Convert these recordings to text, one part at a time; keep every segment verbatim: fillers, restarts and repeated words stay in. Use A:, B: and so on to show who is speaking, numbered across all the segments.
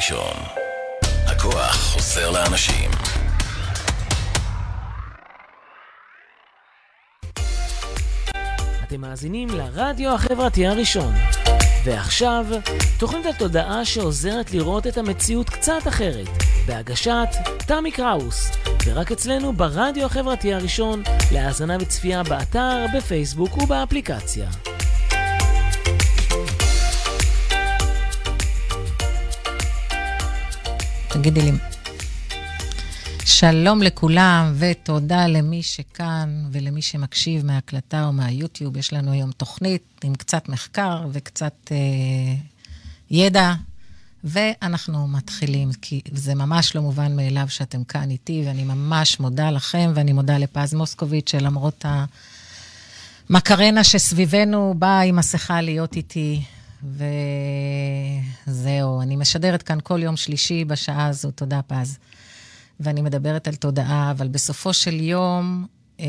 A: הראשון. הכוח חוזר לאנשים.
B: אתם מאזינים לרדיו החברתי הראשון. ועכשיו, תוכנית התודעה שעוזרת לראות את המציאות קצת אחרת, בהגשת תמי קראוס, ורק אצלנו ברדיו החברתי הראשון, להאזנה וצפייה באתר, בפייסבוק ובאפליקציה.
C: תגידי לי, שלום לכולם ותודה למי שכאן ולמי שמקשיב מהקלטה או מהיוטיוב. יש לנו היום תוכנית עם קצת מחקר וקצת אה, ידע, ואנחנו מתחילים, כי זה ממש לא מובן מאליו שאתם כאן איתי, ואני ממש מודה לכם, ואני מודה לפז מוסקוביץ' שלמרות המקרנה שסביבנו באה עם מסכה להיות איתי, וזהו, אני משדרת כאן כל יום שלישי בשעה הזו, תודה פז. ואני מדברת על תודעה, אבל בסופו של יום, אה,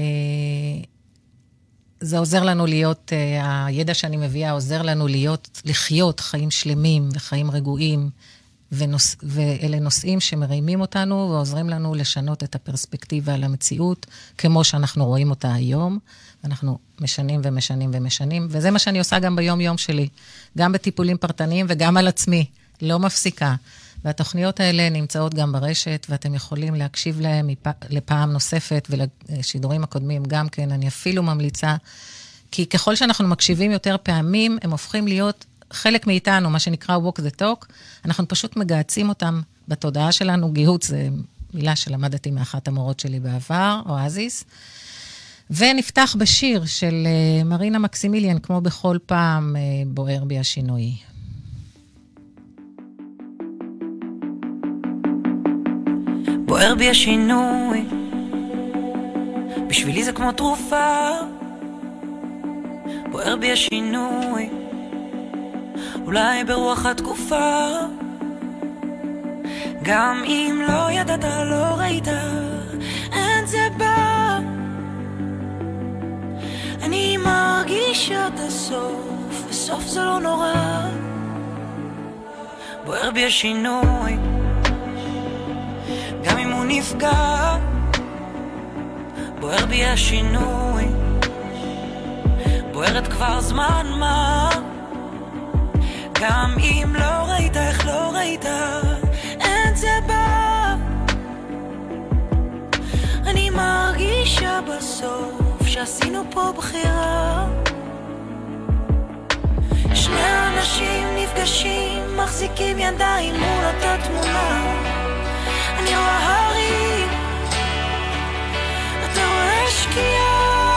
C: זה עוזר לנו להיות, אה, הידע שאני מביאה עוזר לנו להיות, לחיות חיים שלמים וחיים רגועים, ונוס, ואלה נושאים שמרימים אותנו, ועוזרים לנו לשנות את הפרספקטיבה על המציאות, כמו שאנחנו רואים אותה היום, ואנחנו משנים ומשנים ומשנים, וזה מה שאני עושה גם ביום יום שלי, גם בטיפולים פרטניים וגם על עצמי, לא מפסיקה. והתוכניות האלה נמצאות גם ברשת, ואתם יכולים להקשיב להם לפעם נוספת, ולשידורים הקודמים גם כן, אני אפילו ממליצה, כי ככל שאנחנו מקשיבים יותר פעמים, הם הופכים להיות חלק מאיתנו, מה שנקרא walk the talk, אנחנו פשוט מגעצים אותם בתודעה שלנו, גיהות זה מילה שלמדתי מאחת המורות שלי בעבר, אואזיס, ונפתח בשיר של מרינה מקסימיליאן, כמו בכל פעם, בוער בי השינוי.
D: בוער בי השינוי, בשבילי זה כמו תרופה. בוער בי השינוי, אולי ברוח התקופה. גם אם לא ידעת, לא ראית, אין זה בא. אני מרגיש עד הסוף, וסוף זה לא נורא. בוער בי השינוי, גם אם הוא נפגע. בוער בי השינוי, בוערת כבר זמן מה. גם אם לא ראית, איך לא ראית, אין זה בא. אני מרגישה בסוף שעשינו פה בחירה. שני אנשים נפגשים, מחזיקים ידיים מול אותה תמונה. אני רואה הרים, אתה רואה שקיעה.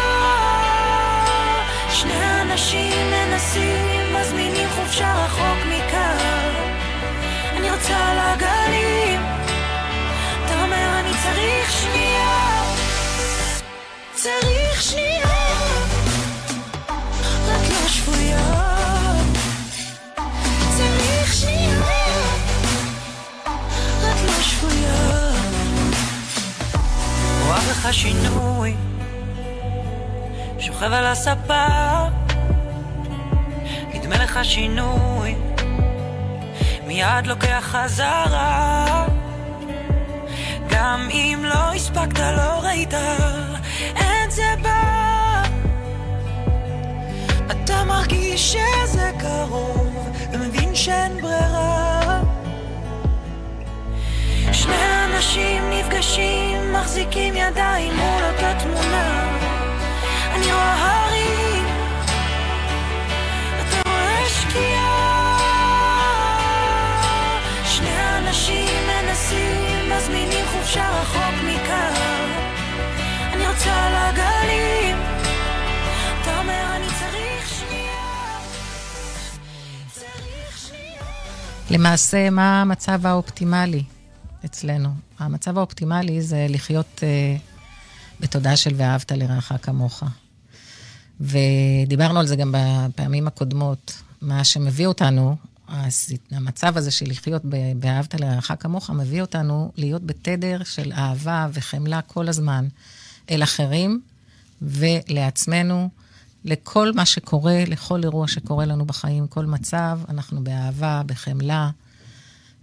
D: שני אנשים מנסים, מזמינים חופשה רחוק מכאן. אני רוצה לגלים, אתה אומר אני צריך שנייה. צריך שנייה, רק לא שפויה. צריך שנייה, לא שפויה. רואה בך שינוי, שוכב על הספה. נדמה לך שינוי, מיד לוקח חזרה. גם אם לא הספקת, לא ראית, אין זה בא. אתה מרגיש שזה קרוב, ומבין שאין ברירה. שני אנשים נפגשים, מחזיקים ידיים מול אותה תמונה. אני רואה הרים, אתה רואה שקיעה. שני אנשים מנסים, מזמינים חופשה רחוק מכאן. אני רוצה לגלים, אתה אומר אני צריך שנייה. צריך שנייה.
C: למעשה, מה המצב האופטימלי אצלנו? המצב האופטימלי זה לחיות uh, בתודעה של ואהבת לרעך כמוך. ודיברנו על זה גם בפעמים הקודמות. מה שמביא אותנו, המצב הזה של לחיות באהבת לרעך כמוך, מביא אותנו להיות בתדר של אהבה וחמלה כל הזמן אל אחרים ולעצמנו, לכל מה שקורה, לכל אירוע שקורה לנו בחיים, כל מצב, אנחנו באהבה, בחמלה,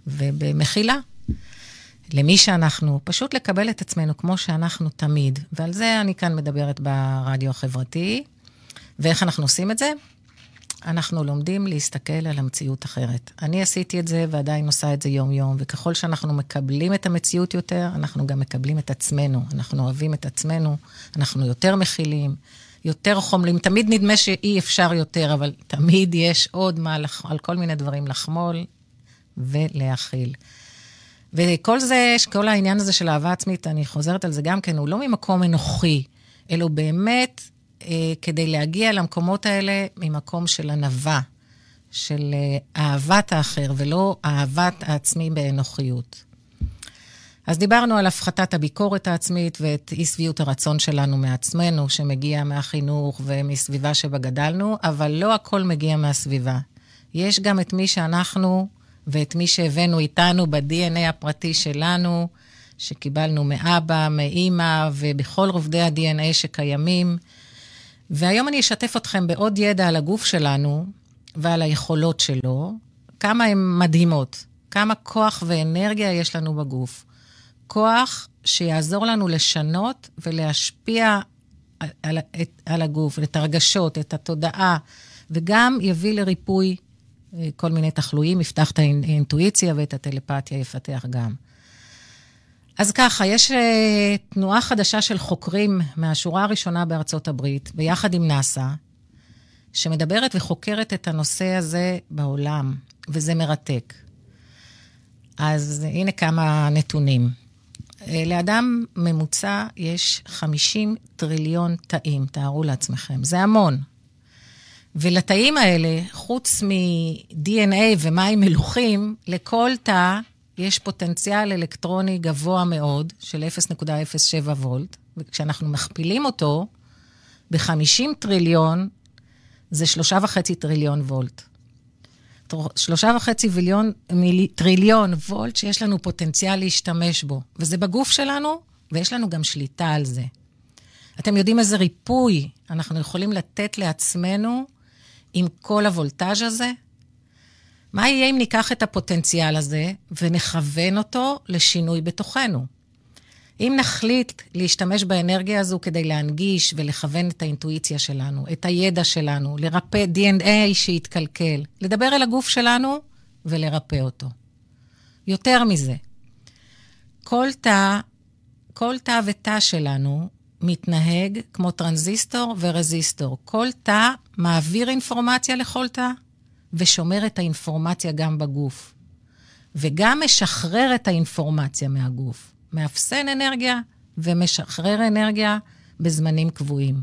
C: ובמחילה. למי שאנחנו, פשוט לקבל את עצמנו כמו שאנחנו תמיד. ועל זה אני כאן מדברת ברדיו החברתי. ואיך אנחנו עושים את זה? אנחנו לומדים להסתכל על המציאות אחרת. אני עשיתי את זה ועדיין עושה את זה יום-יום, וככל שאנחנו מקבלים את המציאות יותר, אנחנו גם מקבלים את עצמנו. אנחנו אוהבים את עצמנו, אנחנו יותר מכילים, יותר חומלים. תמיד נדמה שאי אפשר יותר, אבל תמיד יש עוד מה, על כל מיני דברים לחמול ולהכיל. וכל זה, כל העניין הזה של אהבה עצמית, אני חוזרת על זה גם כן, הוא לא ממקום אנוכי, אלא באמת אה, כדי להגיע למקומות האלה ממקום של ענווה, של אה, אהבת האחר, ולא אהבת העצמי באנוכיות. אז דיברנו על הפחתת הביקורת העצמית ואת אי שביעות הרצון שלנו מעצמנו, שמגיע מהחינוך ומסביבה שבה גדלנו, אבל לא הכל מגיע מהסביבה. יש גם את מי שאנחנו ואת מי שהבאנו איתנו ב-די אן איי הפרטי שלנו, שקיבלנו מאבא, מאמא, ובכל רובדי ה-די אן איי שקיימים. והיום אני אשתף אתכם בעוד ידע על הגוף שלנו, ועל היכולות שלו, כמה הן מדהימות, כמה כוח ואנרגיה יש לנו בגוף. כוח שיעזור לנו לשנות ולהשפיע על, על, על הגוף, את הרגשות, את התודעה, וגם יביא לריפוי כל מיני תחלואים, יפתח את האינטואיציה ואת הטלפתיה יפתח גם. אז ככה, יש תנועה חדשה של חוקרים מהשורה הראשונה בארצות הברית, ביחד עם נאסא, שמדברת וחוקרת את הנושא הזה בעולם, וזה מרתק. אז הנה כמה נתונים. לאדם ממוצע יש חמישים טריליון תאים, תארו לעצמכם, זה המון. ולתאים האלה, חוץ מ-די אן איי ומים מלוכים, לכל תא יש פוטנציאל אלקטרוני גבוה מאוד, של אפס נקודה אפס שבע וולט, וכשאנחנו מכפילים אותו, ב-חמישים טריליון, זה שלושה וחצי טריליון וולט. שלושה וחצי ביליון, מילי, טריליון וולט שיש לנו פוטנציאל להשתמש בו. וזה בגוף שלנו, ויש לנו גם שליטה על זה. אתם יודעים איזה ריפוי אנחנו יכולים לתת לעצמנו עם כל הוולטאז' הזה? מה יהיה אם ניקח את הפוטנציאל הזה ונכוון אותו לשינוי בתוכנו? אם נחליט להשתמש באנרגיה הזו כדי להנגיש ולכוון את האינטואיציה שלנו, את הידע שלנו, לרפא די אן איי שיתקלקל, לדבר אל הגוף שלנו ולרפא אותו. יותר מזה, כל תא, כל תא ותא שלנו מתנהג כמו טרנזיסטור ורזיסטור. כל תא מעביר אינפורמציה לכל תא ושומר את האינפורמציה גם בגוף. וגם משחרר את האינפורמציה מהגוף. מאפסן אנרגיה ומשחרר אנרגיה בזמנים קבועים.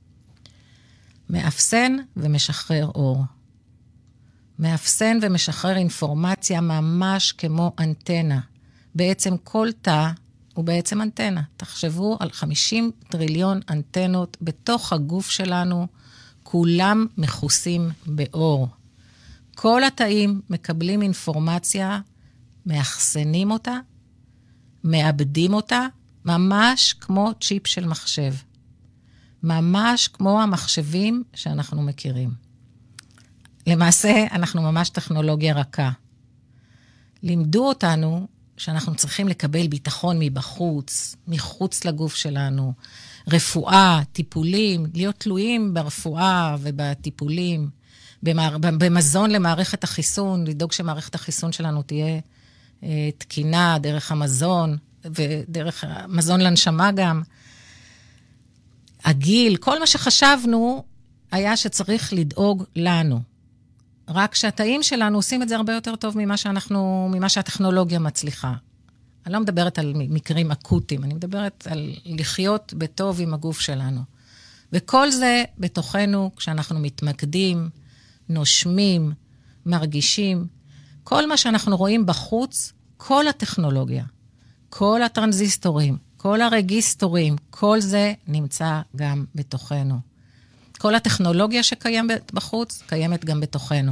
C: מאפסן ומשחרר אור. מאפסן ומשחרר אינפורמציה ממש כמו אנטנה. בעצם כל תא הוא בעצם אנטנה. תחשבו על חמישים טריליון אנטנות בתוך הגוף שלנו, כולם מכוסים באור. כל התאים מקבלים אינפורמציה, מאחסנים אותה, מאבדים אותה, ממש כמו צ'יפ של מחשב. ממש כמו המחשבים שאנחנו מכירים. למעשה, אנחנו ממש טכנולוגיה רכה. לימדו אותנו שאנחנו צריכים לקבל ביטחון מבחוץ, מחוץ לגוף שלנו, רפואה, טיפולים, להיות תלויים ברפואה ובטיפולים, במזון למערכת החיסון, לדאוג שמערכת החיסון שלנו תהיה תקינה דרך המזון, ודרך המזון לנשמה גם. הגיל, כל מה שחשבנו היה שצריך לדאוג לנו. רק שהתאים שלנו עושים את זה הרבה יותר טוב ממה שאנחנו, ממה שהטכנולוגיה מצליחה. אני לא מדברת על מקרים אקוטיים, אני מדברת על לחיות בטוב עם הגוף שלנו. וכל זה בתוכנו, כשאנחנו מתמקדים, נושמים, מרגישים, כל מה שאנחנו רואים בחוץ, כל הטכנולוגיה, כל הטרנזיסטורים, כל הרגיסטורים, כל זה נמצא גם בתוכנו. כל הטכנולוגיה שקיימת בחוץ, קיימת גם בתוכנו.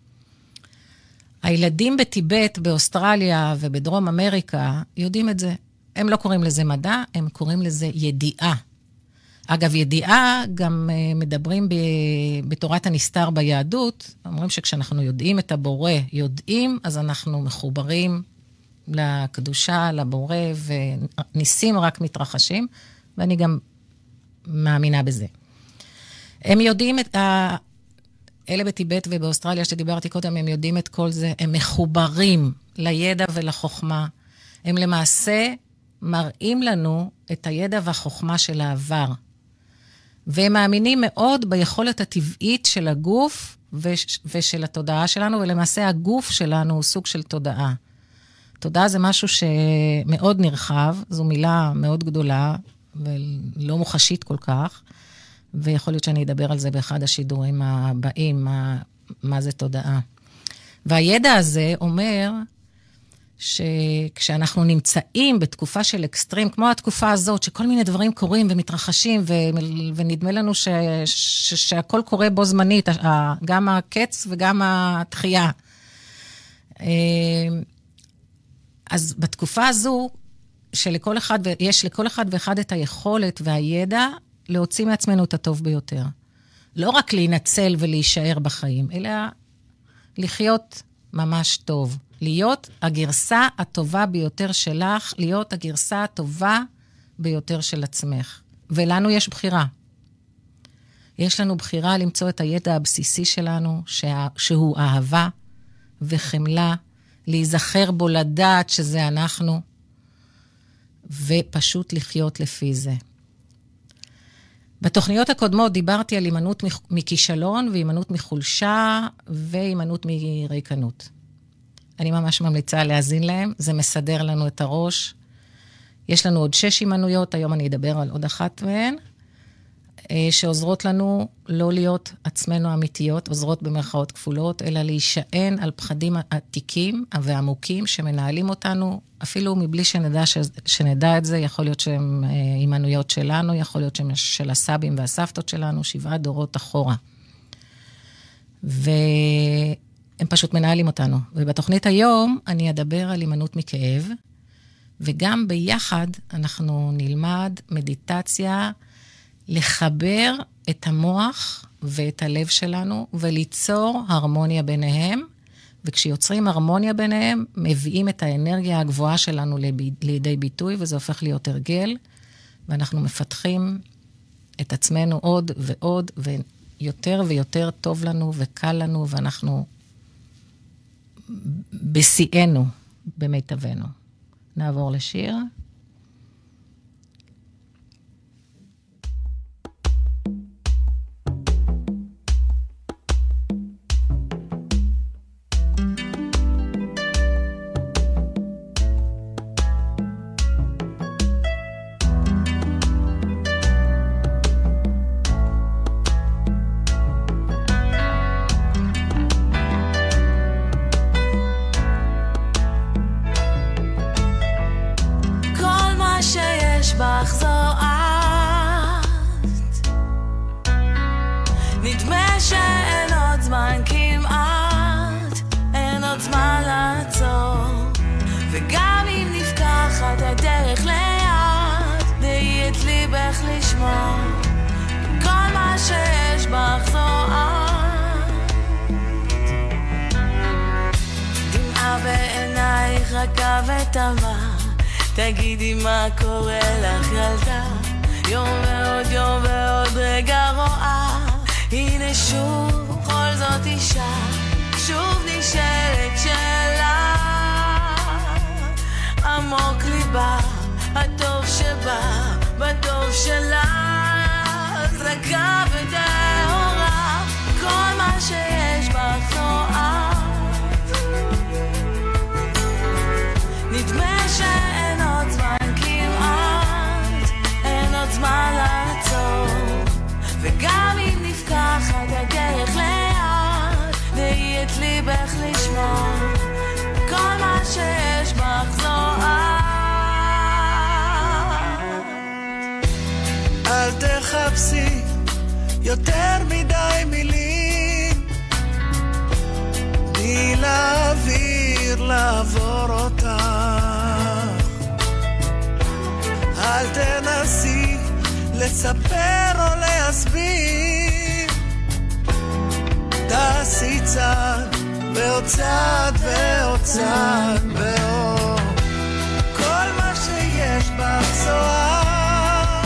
C: הילדים בטיבט, באוסטרליה ובדרום אמריקה, יודעים את זה. הם לא קוראים לזה מדע, הם קוראים לזה ידיעה. אגב, ידיעה, גם מדברים בתורת הנסתר ביהדות, אומרים שכשאנחנו יודעים את הבורא, יודעים, אז אנחנו מחוברים לקדושה, לבורא, וניסים רק מתרחשים, ואני גם מאמינה בזה. הם יודעים את ה... אלה בטיבט ובאוסטרליה שדיברתי קודם, הם יודעים את כל זה, הם מחוברים לידע ולחוכמה. הם למעשה מראים לנו את הידע והחוכמה של העבר. והם מאמינים מאוד ביכולת הטבעית של הגוף וש... ושל התודעה שלנו, ולמעשה הגוף שלנו הוא סוג של תודעה. תודעה זה משהו שמאוד נרחב, זו מילה מאוד גדולה, ולא מוחשית כל כך, ויכול להיות שאני אדבר על זה באחד השידורים הבאים, מה, מה זה תודעה. והידע הזה אומר שכשאנחנו נמצאים בתקופה של אקסטרים, כמו התקופה הזאת, שכל מיני דברים קורים ומתרחשים, ו, ונדמה לנו ש, ש, שהכל קורה בו זמנית, גם הקץ וגם התחייה. אז בתקופה הזו, שלכל אחד, יש לכל אחד ואחד את היכולת והידע, להוציא מעצמנו את הטוב ביותר. לא רק להינצל ולהישאר בחיים, אלא לחיות ממש טוב. להיות הגרסה הטובה ביותר שלך, להיות הגרסה הטובה ביותר של עצמך. ולנו יש בחירה. יש לנו בחירה למצוא את הידע הבסיסי שלנו, שה, שהוא אהבה וחמלה, להיזכר בו, לדעת שזה אנחנו, ופשוט לחיות לפי זה. בתוכניות הקודמות דיברתי על אימנות מכישלון, ואימנות מחולשה, ואימנות מריקנות. אני ממש ממליצה להאזין להם, זה מסדר לנו את הראש. יש לנו עוד שש אימנויות, היום אני אדבר על עוד אחת מהן, שעוזרות לנו לא להיות עצמנו אמיתיות, עוזרות במרכאות כפולות, אלא להישען על פחדים עתיקים ועמוקים שמנהלים אותנו, אפילו מבלי שנדע, ש... שנדע את זה, יכול להיות שהן אימנויות שלנו, יכול להיות שהן של הסבים והסבתות שלנו, שבעה דורות אחורה. והם פשוט מנהלים אותנו. ובתוכנית היום אני אדבר על אימנות מכאב, וגם ביחד אנחנו נלמד מדיטציה, לחבר את המוח ואת הלב שלנו, וליצור הרמוניה ביניהם, וכשיוצרים הרמוניה ביניהם, מביאים את האנרגיה הגבוהה שלנו לידי ביטוי, וזה הופך להיות הרגל, ואנחנו מפתחים את עצמנו עוד ועוד, ויותר ויותר טוב לנו וקל לנו, ואנחנו בשיאנו, במיטבנו. נעבור לשיר.
D: תגידי מה קורה לך ילדה, יום ועוד יום ועוד רגע רואה, הנה שוב בכל זאת אישה, שוב נשאלת שאלה, עמוק ליבה, הטוב שבא, בטוב שלה, זרקה וטהורה, כל מה שיש בך נועד, נדמה שאין עוד זמן כמעט, אין עוד זמן לעצור, וגם אם נפקחת הדרך לאט, דהי את ליבך לשמור, כל מה שיש בך זו את.
E: אל תחפשי יותר מדי מילים, תני לאוויר לעבור אותך, אל תנסי לספר או להסביר. תעשי צעד ועוד צעד ועוד צעד ועוד. כל מה שיש בך זוהר,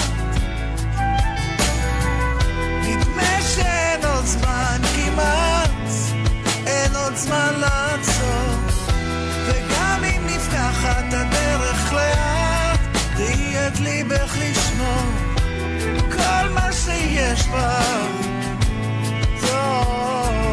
E: נדמה שאין עוד זמן כמעט, אין עוד זמן לעצור. וגם אם נפתחת הדרך לאט, תהיה את ליבך לשמור. כל מה שיש בך זוהר.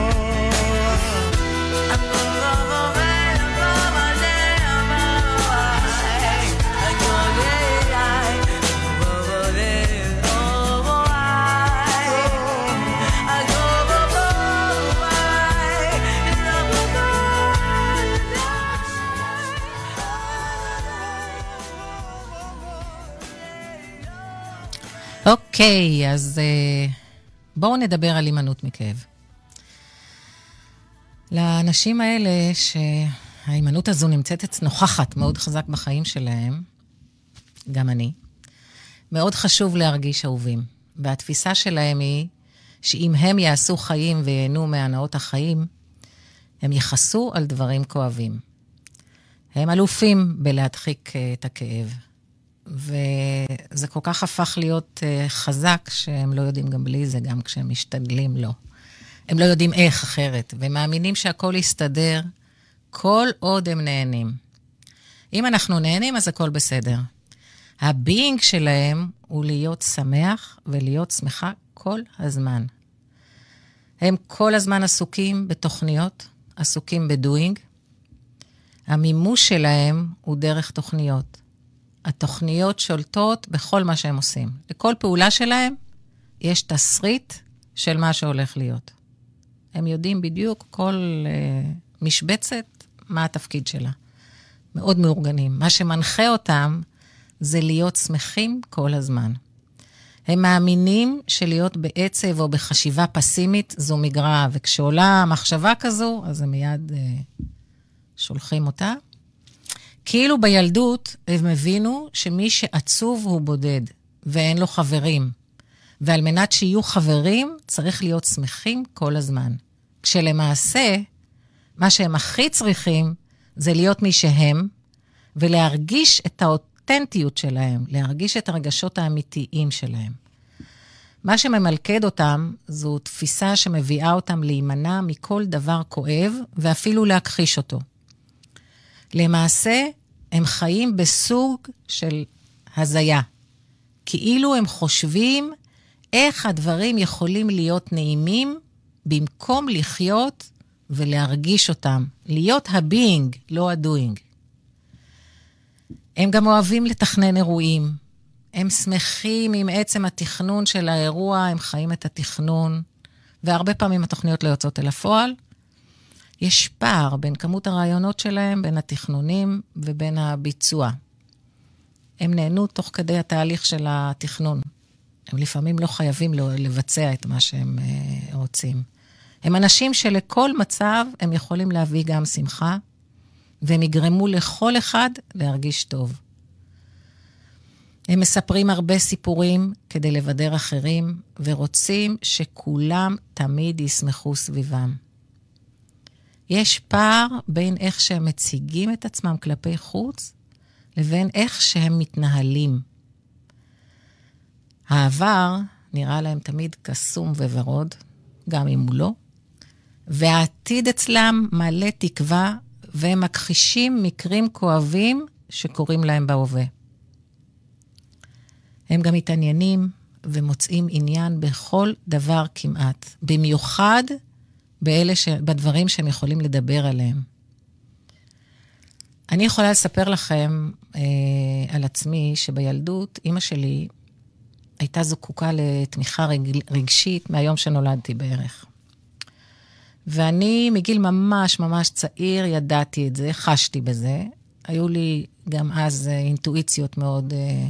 C: אוקיי, אז בואו נדבר על הימנעות מכאב. לאנשים האלה שההימנעות הזו נמצאת נוכחת מאוד חזק בחיים שלהם, גם אני, מאוד חשוב להרגיש אהובים. והתפיסה שלהם היא שאם הם יעשו חיים ויהנו מהנאות החיים, הם יחסו על דברים כואבים. הם אלופים בלהדחיק את הכאב. וזה כל כך הפך להיות uh, חזק, שהם לא יודעים גם בלי זה, גם כשהם משתדלים, לא. הם לא יודעים איך אחרת, ומאמינים שהכל יסתדר, כל עוד הם נהנים. אם אנחנו נהנים, אז הכל בסדר. הביינג שלהם הוא להיות שמח ולהיות שמחה כל הזמן. הם כל הזמן עסוקים בתוכניות, עסוקים בדוינג. המימוש שלהם הוא דרך תוכניות. התוכניות שולטות בכל מה שהם עושים. לכל פעולה שלהם יש תסריט של מה שהולך להיות. הם יודעים בדיוק כל uh, משבצת מה התפקיד שלה. מאוד מאורגנים. מה שמנחה אותם זה להיות שמחים כל הזמן. הם מאמינים שלהיות בעצב או בחשיבה פסימית זו מגרעה, וכשעולה מחשבה כזו, אז הם מיד uh, שולחים אותה. כאילו בילדות הם הבינו שמי שעצוב הוא בודד, ואין לו חברים. ועל מנת שיהיו חברים, צריך להיות שמחים כל הזמן. כשלמעשה, מה שהם הכי צריכים, זה להיות מי שהם, ולהרגיש את האותנטיות שלהם, להרגיש את הרגשות האמיתיים שלהם. מה שממלכד אותם, זו תפיסה שמביאה אותם להימנע מכל דבר כואב, ואפילו להכחיש אותו. למעשה, הם חיים בסוג של הזיה. כאילו הם חושבים איך הדברים יכולים להיות נעימים, במקום לחיות ולהרגיש אותם. להיות הביינג, לא הדוינג. הם גם אוהבים לתכנן אירועים. הם שמחים עם עצם התכנון של האירוע, הם חיים את התכנון, והרבה פעמים התוכניות לא יוצאות אל הפועל. יש פער בין כמות הרעיונות שלהם, בין התכנונים ובין הביצוע. הם נהנו תוך כדי התהליך של התכנון. הם לפעמים לא חייבים לבצע את מה שהם רוצים. הם אנשים שלכל מצב הם יכולים להביא גם שמחה, והם יגרמו לכל אחד להרגיש טוב. הם מספרים הרבה סיפורים כדי לבדר אחרים, ורוצים שכולם תמיד ישמחו סביבם. יש פער בין איך שהם מציגים את עצמם כלפי חוץ, לבין איך שהם מתנהלים. העבר נראה להם תמיד קסום וורוד, גם אם הוא לא, והעתיד אצלם מלא תקווה, והם מכחישים מקרים כואבים שקורים להם בהווה. הם גם מתעניינים ומוצאים עניין בכל דבר כמעט, במיוחד באלה ש... בדברים שהם יכולים לדבר עליהם. אני יכולה לספר לכם אה, על עצמי שבילדות אמא שלי הייתה זקוקה לתמיכה רג... רגשית מהיום שנולדתי בערך. ואני מגיל ממש ממש צעיר ידעתי את זה, חשתי בזה. היו לי גם אז אינטואיציות מאוד אה,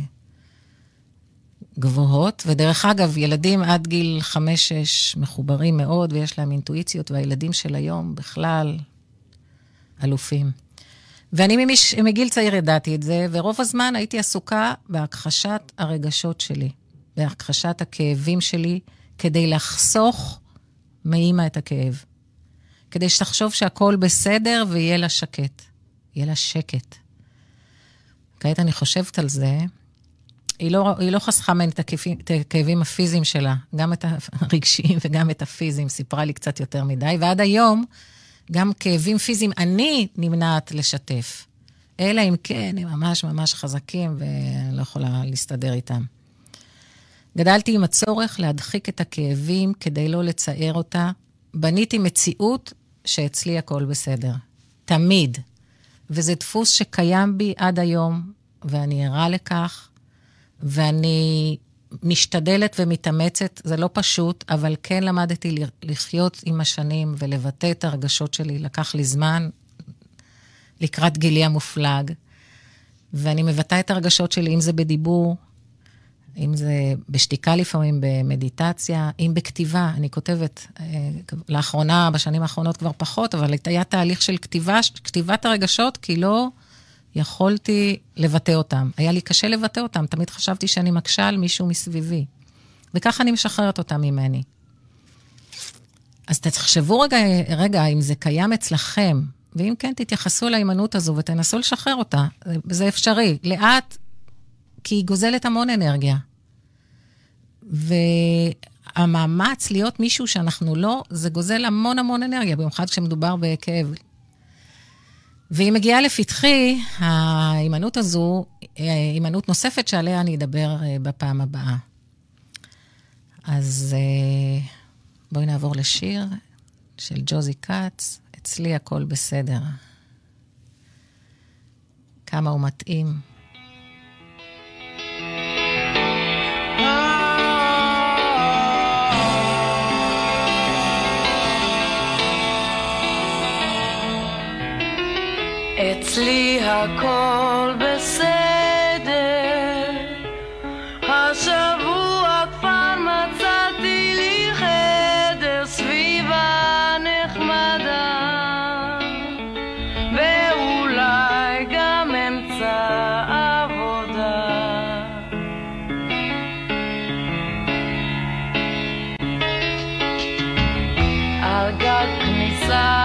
C: גבוהות, ודרך אגב, ילדים עד גיל חמש-שש מחוברים מאוד, ויש להם אינטואיציות, והילדים של היום בכלל אלופים. ואני מגיל צעיר ידעתי את זה, ורוב הזמן הייתי עסוקה בהכחשת הרגשות שלי. בהכחשת הכאבים שלי, כדי לחסוך מאמא את הכאב. כדי שתחשוב שהכל בסדר ויהיה לה שקט. יהיה לה שקט. כעת אני חושבת על זה, היא לא, היא לא חסכה מן את הכאבים, את הכאבים הפיזיים שלה, גם את הרגשיים וגם את הפיזיים, סיפרה לי קצת יותר מדי, ועד היום, גם כאבים פיזיים, אני נמנעת לשתף. אלא אם כן, הם ממש ממש חזקים, ולא יכולה להסתדר איתם. גדלתי עם הצורך להדחיק את הכאבים, כדי לא לצייר אותה. בניתי מציאות שאצלי הכל בסדר. תמיד. וזה דפוס שקיים בי עד היום, ואני ערה לכך, ואני משתדלת ומתאמצת, זה לא פשוט, אבל כן למדתי לחיות עם השנים, ולבטא את הרגשות שלי, לקח לי זמן, לקראת גילי המופלג, ואני מבטא את הרגשות שלי, אם זה בדיבור, אם זה בשתיקה לפעמים, במדיטציה, אם בכתיבה, אני כותבת, לאחרונה, בשנים האחרונות כבר פחות, אבל היה תהליך של כתיבה, כתיבת הרגשות, כי לא יכולתי לבטא אותם. היה לי קשה לבטא אותם, תמיד חשבתי שאני מקשה על מישהו מסביבי. וככה אני משחררת אותם ממני. אז תחשבו רגע, רגע, אם זה קיים אצלכם, ואם כן, תתייחסו להימנעות הזו ותנסו לשחרר אותה. זה אפשרי. לאט, כי היא גוזלת המון אנרגיה. והמאמץ להיות מישהו שאנחנו לא, זה גוזל המון המון אנרגיה, במיוחד כשמדובר בכאב. והיא מגיעה לפתחי, ההימנעות הזו, הימנעות נוספת שעליה אני אדבר בפעם הבאה. אז בואי נעבור לשיר של ג'וזי קאץ, אצלי הכל בסדר. כמה הוא מתאים.
D: אצלי הכל בסדר, השבוע כבר מצאתי לי חדר, סביבה נחמדה, ואולי גם אמצע עבודה. על גג כניסה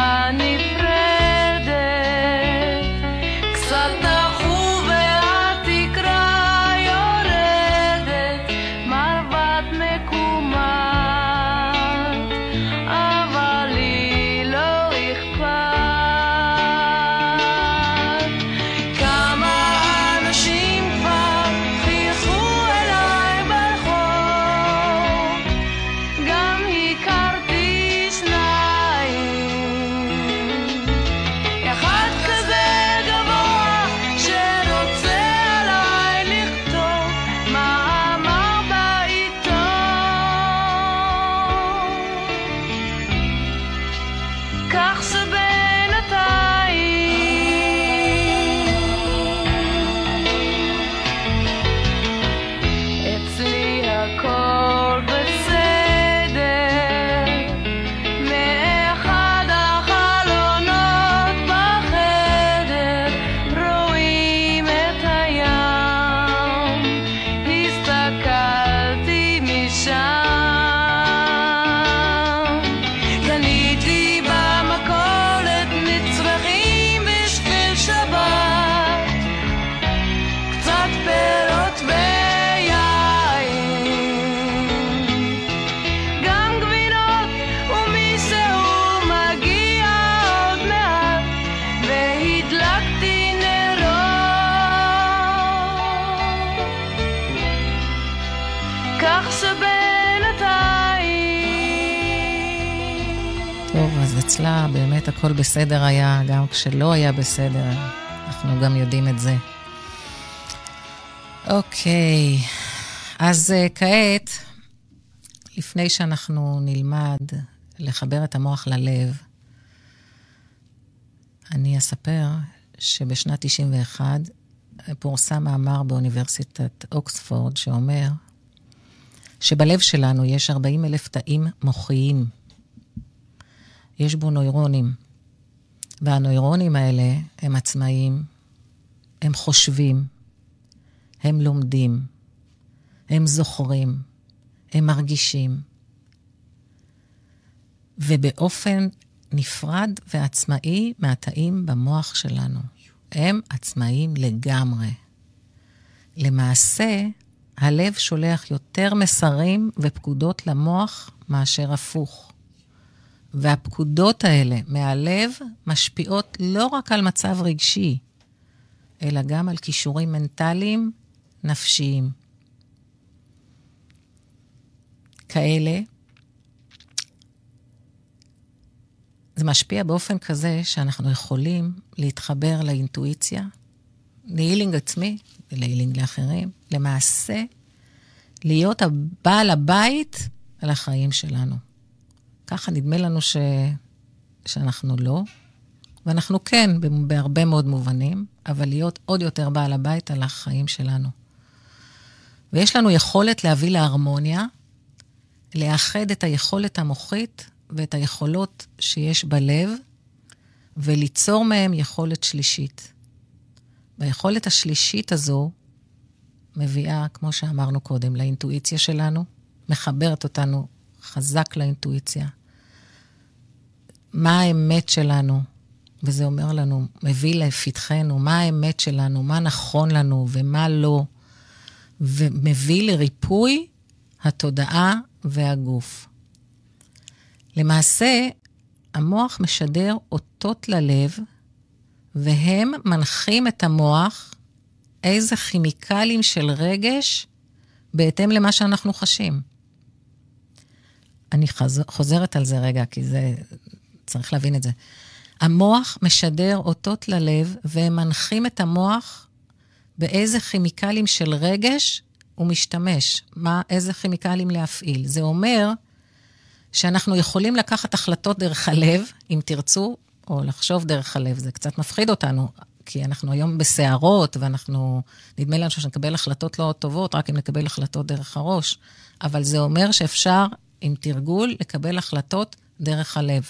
C: אצלה באמת הכל בסדר היה, גם כשלא היה בסדר, אנחנו גם יודעים את זה. אוקיי, אז uh, כעת, לפני שאנחנו נלמד לחבר את המוח ללב, אני אספר שבשנת תשעים ואחת פורסם מאמר באוניברסיטת אוקספורד שאומר שבלב שלנו יש ארבעים אלף תאים מוחיים. יש בו נוירונים, והנוירונים האלה הם עצמאיים, הם חושבים, הם לומדים, הם זוכרים, הם מרגישים. ובאופן נפרד ועצמאי מהתאים במוח שלנו. הם עצמאיים לגמרי. למעשה, הלב שולח יותר מסרים ופקודות למוח מאשר הפוך. והפקודות האלה מהלב משפיעות לא רק על מצב רגשי, אלא גם על כישורים מנטליים, נפשיים. כאלה, זה משפיע באופן כזה שאנחנו יכולים להתחבר לאינטואיציה, להילינג עצמי ולהילינג לאחרים, למעשה להיות הבעל הבית על החיים שלנו. ככה נדמה לנו ש... שאנחנו לא, ואנחנו כן בהרבה מאוד מובנים, אבל להיות עוד יותר בעל הבית על החיים שלנו. ויש לנו יכולת להביא להרמוניה, לאחד את היכולת המוחית ואת היכולות שיש בלב, וליצור מהם יכולת שלישית. והיכולת השלישית הזו מביאה, כמו שאמרנו קודם, לאינטואיציה שלנו, מחברת אותנו חזק לאינטואיציה. מה האמת שלנו? וזה אומר לנו, מביא לפתחנו, מה האמת שלנו, מה נכון לנו ומה לא, ומביא לריפוי התודעה והגוף. למעשה, המוח משדר אותות ללב, והם מנחים את המוח איזה כימיקלים של רגש בהתאם למה שאנחנו חשים. אני חוזרת על זה רגע, כי זה, צריך להבין את זה. המוח משדר אותות ללב, והם מנחים את המוח באיזה כימיקלים של רגש הוא משתמש, מה, איזה כימיקלים להפעיל. זה אומר שאנחנו יכולים לקחת החלטות דרך הלב, אם תרצו, או לחשוב דרך הלב. זה קצת מפחיד אותנו, כי אנחנו היום בסערות, ואנחנו, נדמה לנו שנקבל החלטות לא טובות, רק אם נקבל החלטות דרך הראש. אבל זה אומר שאפשר, עם תרגול, לקבל החלטות דרך הלב.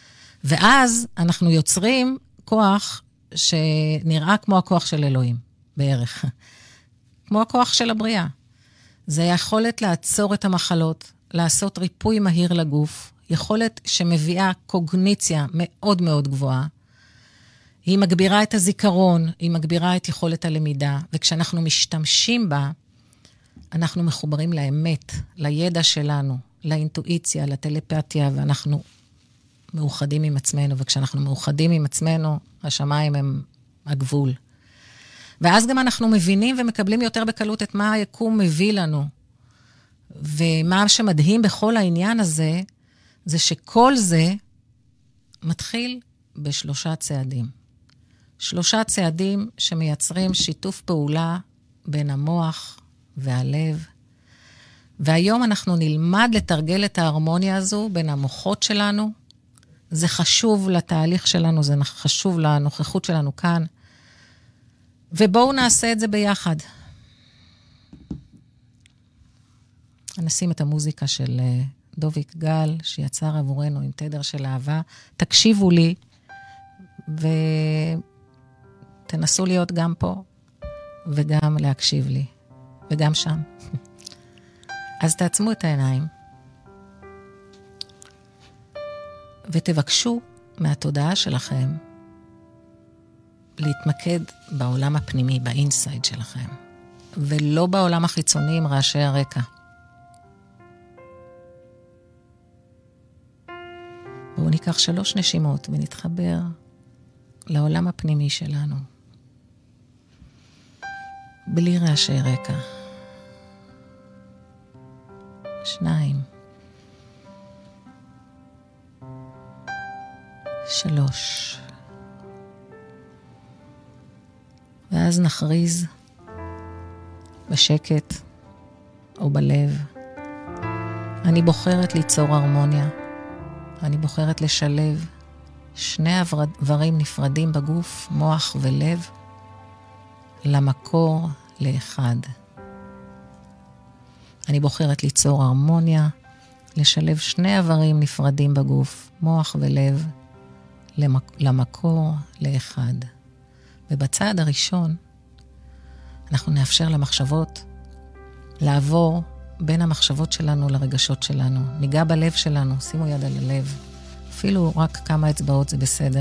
C: ואז אנחנו יוצרים כוח שנראה כמו הכוח של אלוהים, בערך. כמו הכוח של הבריאה. זה יכולת לעצור את המחלות, לעשות ריפוי מהיר לגוף, יכולת שמביאה קוגניציה מאוד מאוד גבוהה. היא מגבירה את הזיכרון, היא מגבירה את יכולת הלמידה, וכשאנחנו משתמשים בה, אנחנו מחוברים לאמת, לידע שלנו, לאינטואיציה, לטלפתיה, ואנחנו מאוחדים עם עצמנו, וכשאנחנו מאוחדים עם עצמנו, השמיים הם הגבול. ואז גם אנחנו מבינים ומקבלים יותר בקלות את מה היקום מביא לנו. ומה שמדהים בכל העניין הזה, זה שכל זה מתחיל בשלושה צעדים. שלושה צעדים שמייצרים שיתוף פעולה בין המוח והלב. והיום אנחנו נלמד לתרגל את ההרמוניה הזו בין המוחות שלנו. זה חשוב לתהליך שלנו, זה חשוב לנוכחות שלנו כאן. ובואו נעשה את זה ביחד. נשים את המוזיקה של דוביק גל, שיצר עבורנו עם תדר של אהבה. תקשיבו לי, ותנסו להיות גם פה, וגם להקשיב לי, וגם שם. אז תעצמו את העיניים, ותבקשו מהתודעה שלכם, להתמקד בעולם הפנימי, באינסייד שלכם, ולא בעולם החיצוני עם רעשי הרקע. בואו ניקח שלוש נשימות ונתחבר לעולם הפנימי שלנו. בלי רעשי רקע. שניים. שלוש. ואז נכריז בשקט או בלב. אני בוחרת ליצור הרמוניה. אני בוחרת לשלב שני איברים נפרדים בגוף, מוח ולב, למקור לאחד. אני בוחרת ליצור הרמוניה, לשלב שני איברים נפרדים בגוף, מוח ולב, למקור לאחד. ובצעד הראשון, אנחנו נאפשר למחשבות לעבור בין המחשבות שלנו לרגשות שלנו. ניגע בלב שלנו, שימו יד על הלב. אפילו רק כמה אצבעות זה בסדר.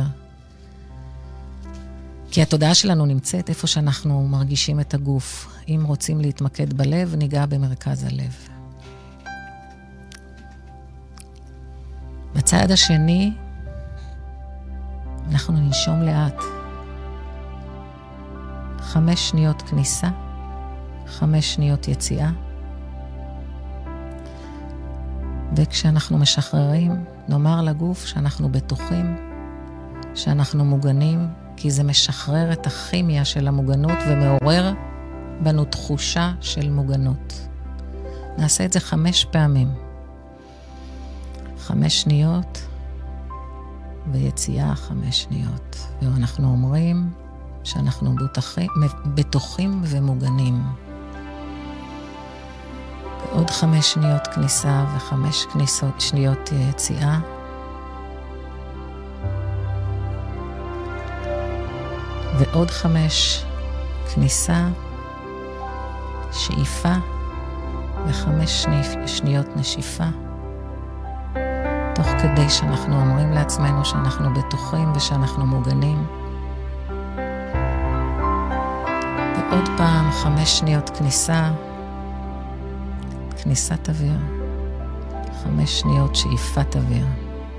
C: כי התודעה שלנו נמצאת איפה שאנחנו מרגישים את הגוף. אם רוצים להתמקד בלב, ניגע במרכז הלב. בצד השני, אנחנו ננשום לאט. חמש שניות כניסה, חמש שניות יציאה. וכשאנחנו משחררים, נאמר לגוף שאנחנו בטוחים, שאנחנו מוגנים, כי זה משחרר את הכימיה של המוגנות ומעורר בנו תחושה של מוגנות. נעשה את זה חמש פעמים. חמש שניות ויציאה חמש שניות. ואנחנו אומרים שאנחנו בטוחים, בטוחים ומוגנים. עוד חמש שניות כניסה וחמש כניסות שניות יציאה. ועוד חמש כניסה, שאיפה, וחמש שניות נשיפה. תוך כדי שאנחנו אומרים לעצמנו שאנחנו בטוחים ושאנחנו מוגנים. ועוד פעם חמש שניות כניסה, כניסת אוויר, חמש שניות שאיפת אוויר.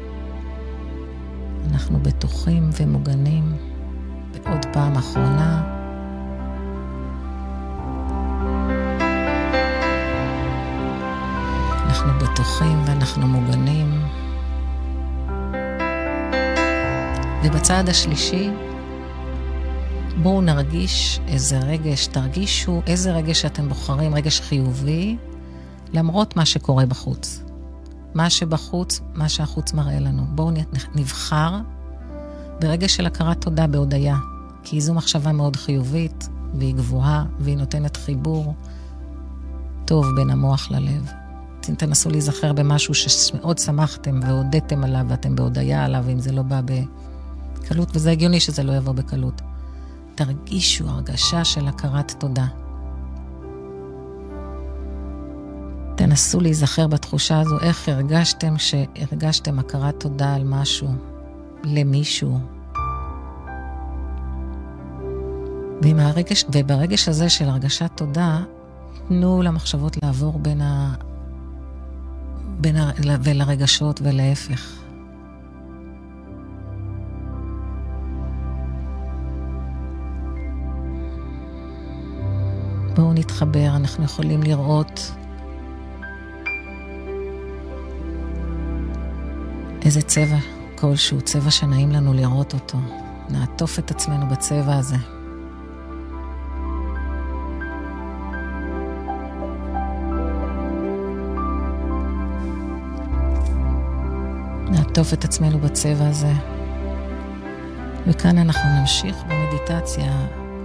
C: אנחנו בטוחים ומוגנים. ועוד פעם אחרונה. אנחנו בטוחים ואנחנו מוגנים. ובצד השלישי, בואו נרגיש איזה רגש, תרגישו איזה רגש שאתם בוחרים, רגש חיובי, למרות מה שקורה בחוץ. מה שבחוץ, מה שהחוץ מראה לנו. בואו נבחר ברגע של הכרת תודה בהודיה, כי זו מחשבה מאוד חיובית, והיא גבוהה, והיא נותנת חיבור טוב בין המוח ללב. תנסו להיזכר במשהו שמאוד שמחתם והודתם עליו, ואתם בהודיה עליו, אם זה לא בא בקלות, וזה הגיוני שזה לא יבוא בקלות. תרגישו הרגשה של הכרת תודה. תנסו להיזכר בתחושה הזו, איך הרגשתם שהרגשתם הכרת תודה על משהו, למישהו. ועם הרגש, וברגש הזה של הרגשת תודה, תנו למחשבות לעבור בין ה... בין ה... ולרגשות ולהפך. בואו נתחבר, אנחנו יכולים לראות איזה צבע כלשהו, צבע שנעים לנו לראות אותו. נעטוף את עצמנו בצבע הזה. נעטוף את עצמנו בצבע הזה. וכאן אנחנו נמשיך במדיטציה.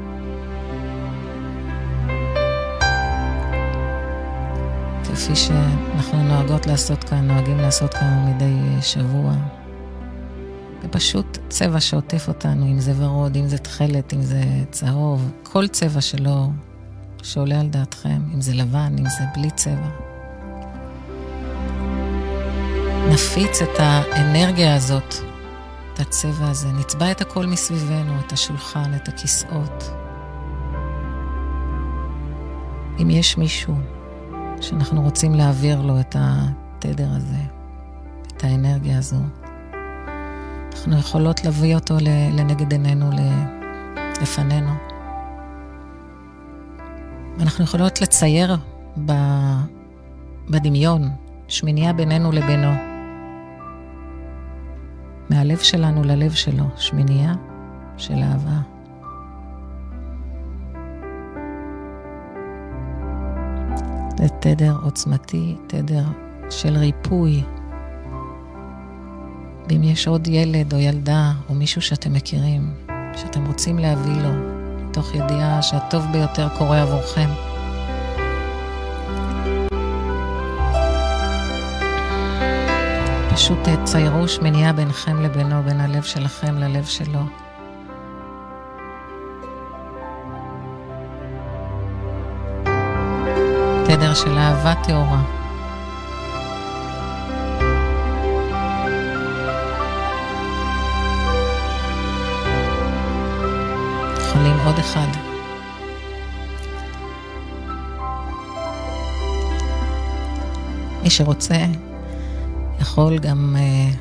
C: כפי שאנחנו נוהגות לעשות כאן, נוהגים לעשות כאן מדי שבוע. ופשוט צבע שעוטף אותנו, אם זה ורוד, אם זה תחלת, אם זה צהוב, כל צבע שלו, שעולה על דעתכם, אם זה לבן, אם זה בלי צבע. נפיץ את האנרגיה הזאת, את הצבע הזה, נצבע את הכל מסביבנו, את השולחן, את הכיסאות. אם יש מישהו שאנחנו רוצים להעביר לו את התדר הזה, את האנרגיה הזו, אנחנו יכולות להביא אותו לנגד עינינו, לפנינו. אנחנו יכולות לצייר בדמיון, שמיניה בינינו לבינו. מהלב שלנו ללב שלו, שמיניה של אהבה. זה תדר עוצמתי, תדר של ריפוי. ואם יש עוד ילד או ילדה או מישהו שאתם מכירים, שאתם רוצים להביא לו, תוך ידיעה שהטוב ביותר קורה עבורכם, פשוט תציירו שמיניה ביניכם לבינו, בין הלב שלכם ללב שלו. תדר של אהבה תאורה. יכולים עוד אחד. מי שרוצה יכול גם uh,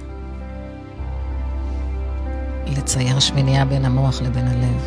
C: לצייר שמיניה בין המוח לבין הלב.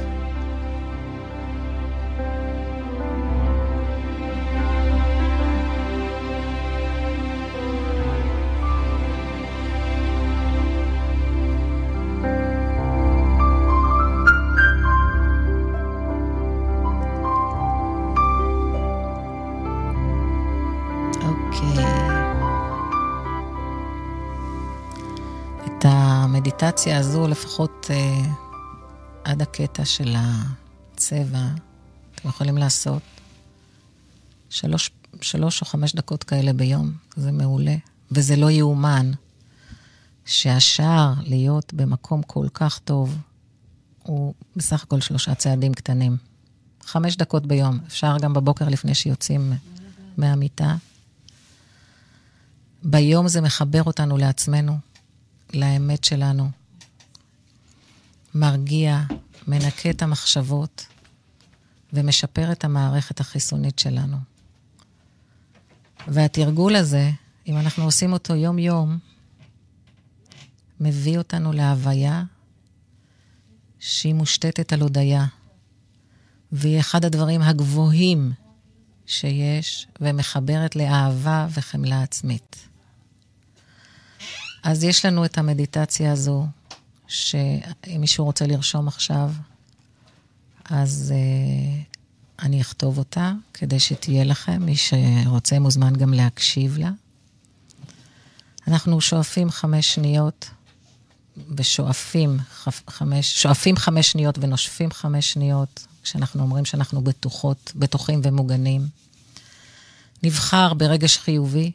C: המדיטציה הזו, לפחות אה, עד הקטע של הצבע, אתם יכולים לעשות שלוש, שלוש או חמש דקות כאלה ביום. זה מעולה. וזה לא יאומן שהשער להיות במקום כל כך טוב, הוא בסך הכל שלושה צעדים קטנים. חמש דקות ביום. אפשר גם בבוקר לפני שיוצאים מהמיטה. ביום זה מחבר אותנו לעצמנו. לאמת שלנו, מרגיע, מנקה את המחשבות, ומשפר את המערכת החיסונית שלנו. והתרגול הזה, אם אנחנו עושים אותו יום יום, מביא אותנו להוויה שהיא מושתתת על הודיה, והיא אחד הדברים הגבוהים שיש, ומחברת לאהבה וחמלה עצמית. אז יש לנו את המדיטציה הזו, שאם מישהו רוצה לרשום עכשיו, אז uh, אני אכתוב אותה, כדי שתהיה לכם, מי שרוצה מוזמן גם להקשיב לה. אנחנו שואפים חמש שניות, ושואפים חמש, שואפים חמש שניות ונושפים חמש שניות, כשאנחנו אומרים שאנחנו בטוחות, בטוחים ומוגנים. נבחר ברגש חיובי,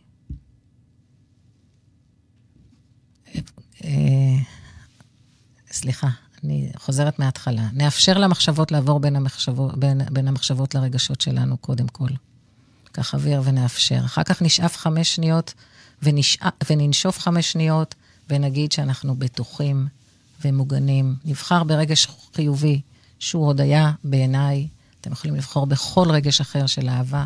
C: סליחה, אני חוזרת מההתחלה. נאפשר למחשבות לעבור בין המחשבות, בין, בין המחשבות לרגשות שלנו קודם כל. כך אוויר ונאפשר. אחר כך נשאף חמש שניות ונשאף, וננשוף חמש שניות ונגיד שאנחנו בטוחים ומוגנים. נבחר ברגש חיובי שהוא הודיה בעיניי. אתם יכולים לבחור בכל רגש אחר של אהבה.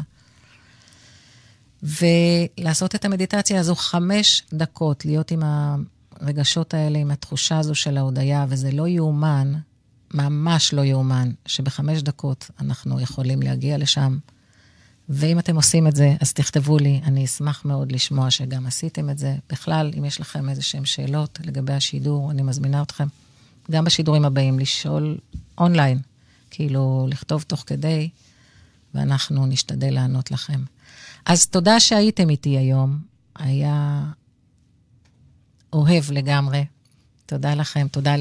C: ולעשות את המדיטציה הזו חמש דקות, להיות עם ה... הרגשות האלה עם התחושה הזו של ההודיה, וזה לא יאומן, ממש לא יאומן, שבחמש דקות אנחנו יכולים להגיע לשם. ואם אתם עושים את זה, אז תכתבו לי, אני אשמח מאוד לשמוע שגם עשיתם את זה. בכלל, אם יש לכם איזה שהם שאלות לגבי השידור, אני מזמינה אתכם, גם בשידורים הבאים, לשאול אונליין, כאילו לכתוב תוך כדי, ואנחנו נשתדל לענות לכם. אז תודה שהייתם איתי היום, היה... אוהב לגמרי. תודה לכם, תודה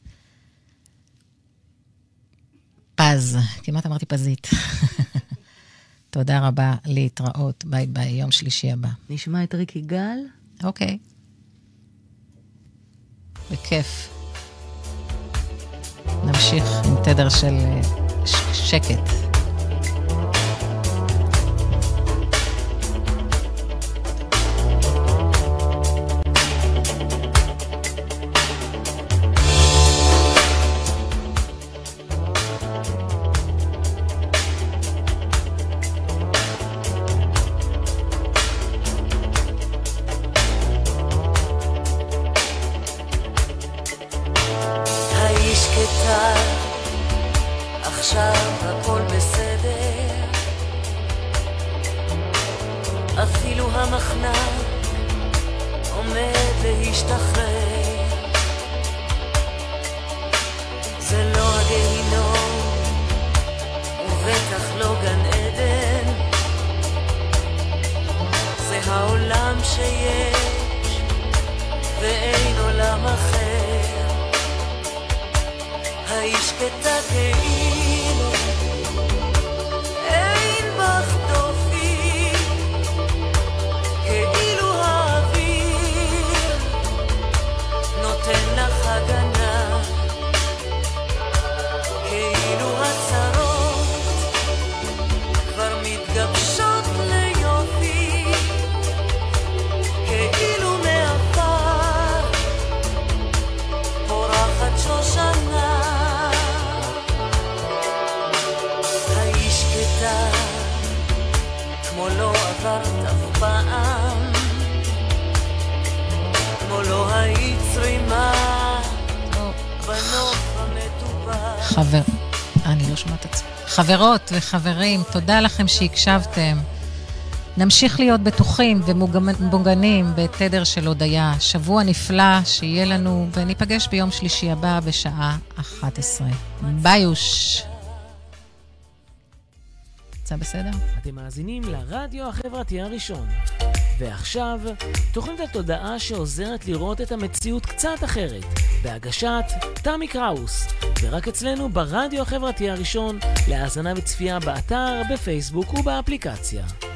C: לפז. כמעט אמרתי פזית. תודה רבה, להתראות. ביי ביי, יום שלישי הבא.
F: נשמע את ריקי גל?
C: אוקיי. בכיף. נמשיך עם תדר של שקט.
D: כאילו הצרות כבר מתגבשות לי
C: חבר... אני לא שומעת את זה. חברות וחברים, תודה לכם שהקשבתם. נמשיך להיות בטוחים ומוגנים בתדר של הודיה. שבוע נפלא שיהיה לנו, וניפגש ביום שלישי הבא בשעה אחת עשרה. ביוש. זה בסדר?
B: אתם מאזינים לרדיו החברתי הראשון. ועכשיו, תוכנית התודעה שעוזרת לראות את המציאות קצת אחרת, בהגשת תמי קראוס, ורק אצלנו ברדיו החברתי הראשון, להאזנה וצפייה באתר, בפייסבוק ובאפליקציה.